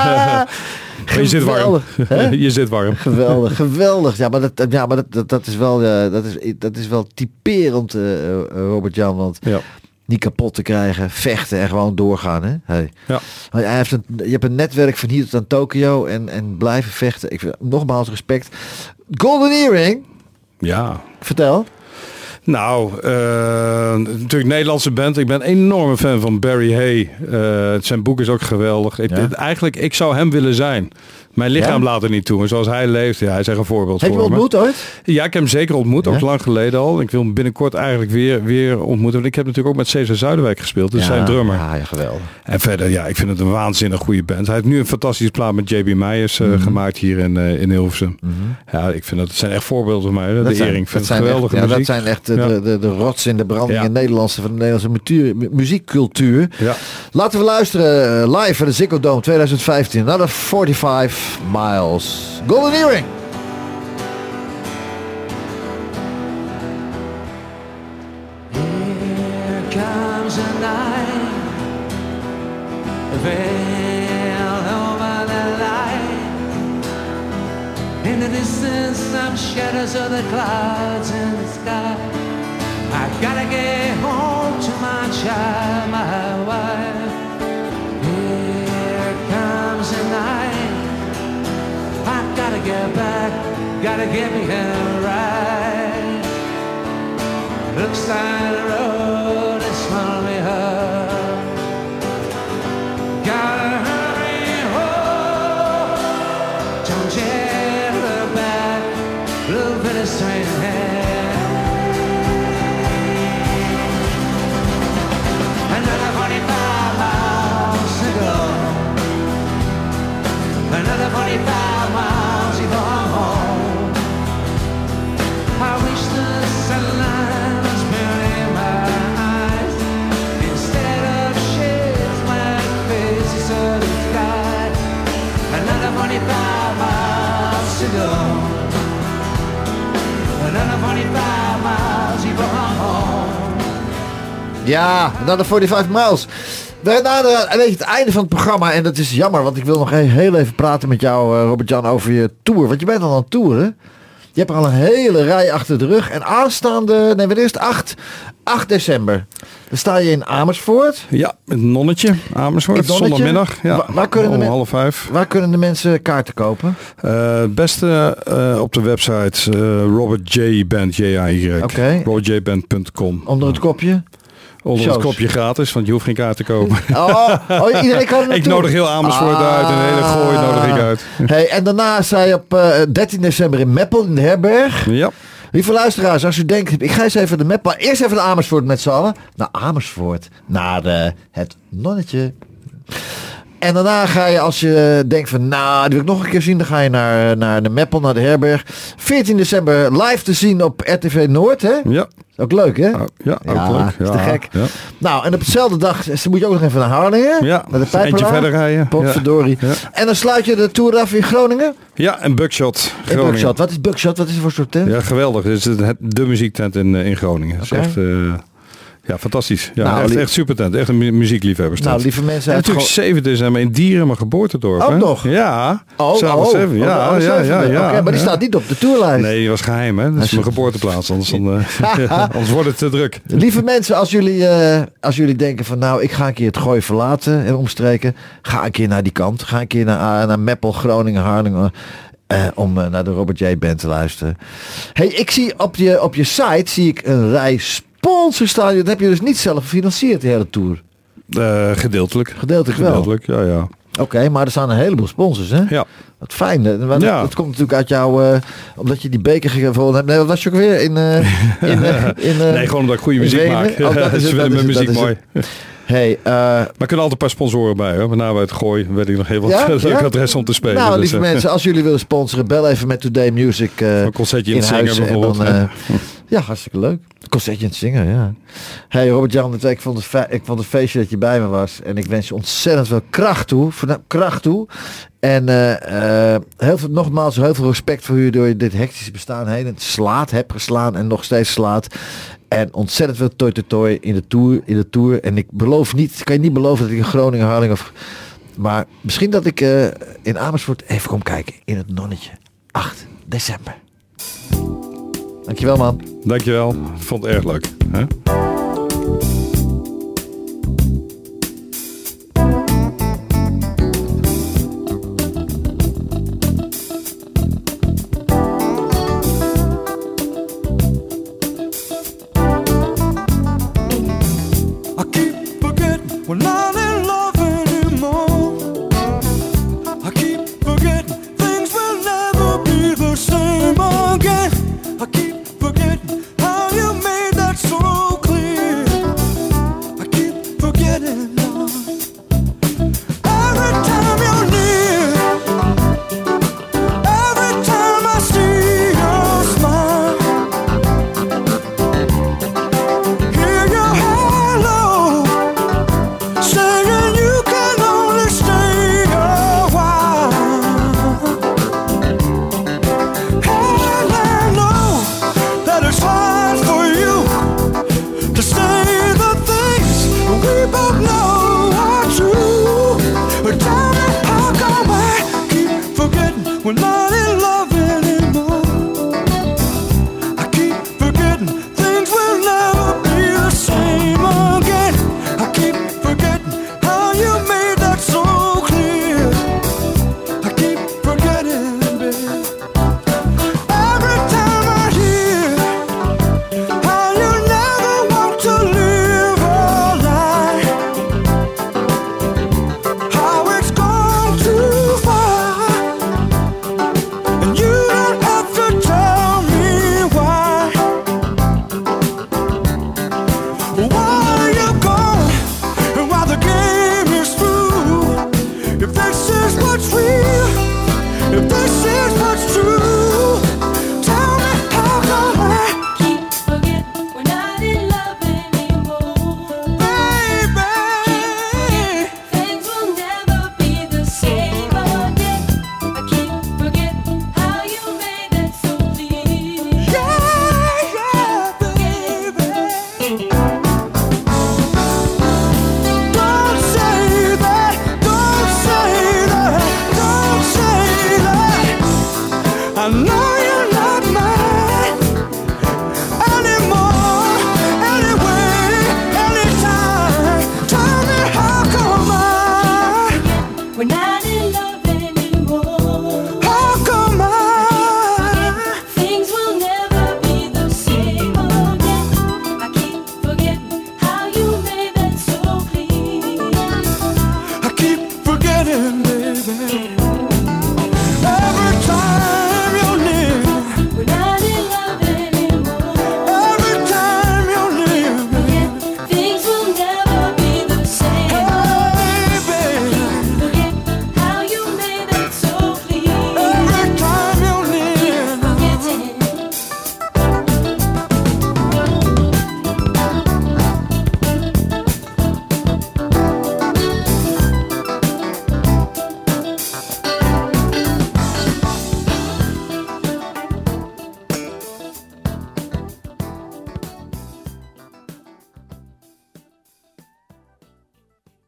Je zit warm. Je zit warm. Geweldig, geweldig. Ja, maar dat, ja, maar dat, dat, dat is wel, uh, dat is, dat is wel typerend, uh, Robert-Jan, want ja. niet kapot te krijgen, vechten en gewoon doorgaan. Hè? Hey. Ja. Hij heeft een, je hebt een netwerk van hier tot aan Tokio en, en blijven vechten. Ik vind, nogmaals respect. Golden Earring. Ja. Vertel. Nou, uh, natuurlijk Nederlandse band. Ik ben een enorme fan van Barry Hay. Uh, zijn boek is ook geweldig. Ik, ja. Eigenlijk, ik zou hem willen zijn. Mijn lichaam ja? laat er niet toe. En zoals hij leeft, ja, hij is echt een voorbeeld heb voor me. Heb je hem ontmoet ooit? Ja, ik heb hem zeker ontmoet. Ja? Ook lang geleden al. Ik wil hem binnenkort eigenlijk weer, weer ontmoeten. Want ik heb natuurlijk ook met Cesar Zuiderwijk gespeeld. Dus ja, zijn drummer. Ja, ja, geweldig. En verder, ja, ik vind het een waanzinnig goede band. Hij heeft nu een fantastische plaat met J B Myers uh, mm-hmm. gemaakt hier in, uh, in Hilversum. Mm-hmm. Ja, ik vind dat het zijn echt voorbeelden van mij. Dat de zijn, Eering. Vind het geweldige echt, muziek. Ja, dat zijn echt de, ja. de, de, de rots in de branding ja. in Nederlandse van de Nederlandse mutuur, mu- muziekcultuur. Ja. Laten we luisteren uh, live van de Ziggo Dome twintig vijftien. Another forty-five miles. Golden Earring. Here comes a night, veil over the light. In the distance, some shadows of the clouds in the sky. I gotta get home to my child, my wife. Here comes a night. I gotta get back, gotta get me a ride. Looks like the road is following me up. Gotta hurry home. Don't you look back, look for the straight ahead. Another forty-five miles to go. Another forty-five miles before I'm home. I wish the sunlight was burning my eyes instead of shades like faces of the sky. Another forty-five miles to go. Another forty-five miles before I'm home. Ja, Another forty-five miles. We naderen een beetje het einde van het programma. En dat is jammer, want ik wil nog heel even praten met jou, uh, Robert-Jan, over je tour. Want je bent al aan het toeren. Je hebt er al een hele rij achter de rug. En aanstaande, nee, wat is het? acht december. Dan sta je in Amersfoort. Ja, met een nonnetje. Amersfoort, Nonnetje? zondagmiddag. Ja, Wa- waar kunnen om de men- half vijf. Waar kunnen de mensen kaarten kopen? Uh, het beste uh, op de website uh, Robert J. Band, J A Y. Oké. robert j band punt com. Onder het kopje? Onder het Shows. kopje gratis, want je hoeft geen kaart te kopen. Oh, oh iedereen kan er naartoe. Ik nodig heel Amersfoort Ah. uit en de hele gooi nodig ik uit. Hey, en daarna sta je op uh, dertien december in Meppel in de herberg. Ja. Lieve luisteraars, als u denkt, ik ga eens even de Meppel, eerst even naar Amersfoort met z'n allen. Naar Amersfoort, naar uh, het nonnetje. En daarna ga je, als je denkt van, nou, die wil ik nog een keer zien, dan ga je naar, naar de Meppel, naar de herberg. veertien december live te zien op R T V Noord, hè? Ja. Ook leuk, hè? Oh, ja, ook Ja, leuk. is Ja, te gek. Ja. Nou, en op dezelfde dag moet je ook nog even naar Harlingen. Ja, Naar de eentje Pijpelaar. verder rijden. Potverdorie. Ja. Ja. En dan sluit je de tour af in Groningen. Ja, en Buckshot. In Groningen. Buckshot. Wat is Buckshot? Wat is het voor soort tent? Ja, geweldig. Het is het, de muziektent in, in Groningen. Het is Oké. echt, uh, ja, fantastisch. Ja, Nou, echt, lief- echt super tent. Echt een mu- muziekliefhebberstent. Nou, lieve mensen En uit natuurlijk Gro- zeven december in Dieren, mijn geboortedorp. Ook hè? nog? Ja. Oh, Zaal oh, zeven. Ja, oh, oh, ja, ja, zeven. ja. Oké, maar die ja. staat niet op de tourlijst. Nee, die was geheim, hè. Dat is mijn geboorteplaats. Anders, dan, uh, anders wordt het te druk. Lieve mensen, als jullie, eh, als jullie denken van nou, ik ga een keer het Gooi verlaten en omstreken. Ga een keer naar die kant. Ga een keer naar, uh, naar Meppel, Groningen, Harlingen. Uh, om uh, naar de Robert J. Band te luisteren. Hey, ik zie op je, op je site zie ik een rij sponsors staan. Dat heb je dus niet zelf gefinancierd, de hele tour. Uh, gedeeltelijk. Gedeeltelijk wel. Gedeeltelijk, ja, ja. Oké, okay, maar er staan een heleboel sponsors, hè? Ja. Wat fijn. hè? Want Ja. Dat komt natuurlijk uit jou, uh, omdat je die beker gewonnen hebt. Nee, wat was je ook weer? In, uh, in, uh, in, uh, Nee, gewoon omdat ik goede in muziek Wenen? maak. Oh, dat is Ze het, vinden dat mijn is het, muziek dat is mooi. Hey, uh, Maar er kunnen altijd een paar sponsoren bij, hoor. Met name uit Gooi weet ik nog heel wat Ja? leuk Ja? adres om te spelen. nou, Dus, lieve uh, mensen, als jullie willen sponsoren, bel even met Today Music uh, een concertje in in het zingen huis. En bijvoorbeeld. dan, uh, ja, hartstikke leuk. Een concertje in het zingen, ja. Hey Robert-Jan, ik vond, het fe- ik vond het feestje dat je bij me was. En ik wens je ontzettend veel kracht toe. voorna- Kracht toe. En uh, uh, heel veel, nogmaals, heel veel respect voor u door je dit hectische bestaan heen. Het slaat, heb geslaan en nog steeds slaat. En ontzettend veel toi toi toi in de tour, in de tour. En ik beloof niet, kan je niet beloven dat ik in Groningen, Harlingen of... Maar misschien dat ik uh, in Amersfoort even kom kijken in het nonnetje. acht december. Dankjewel, man. Dankjewel. Ik vond het erg leuk. Hè?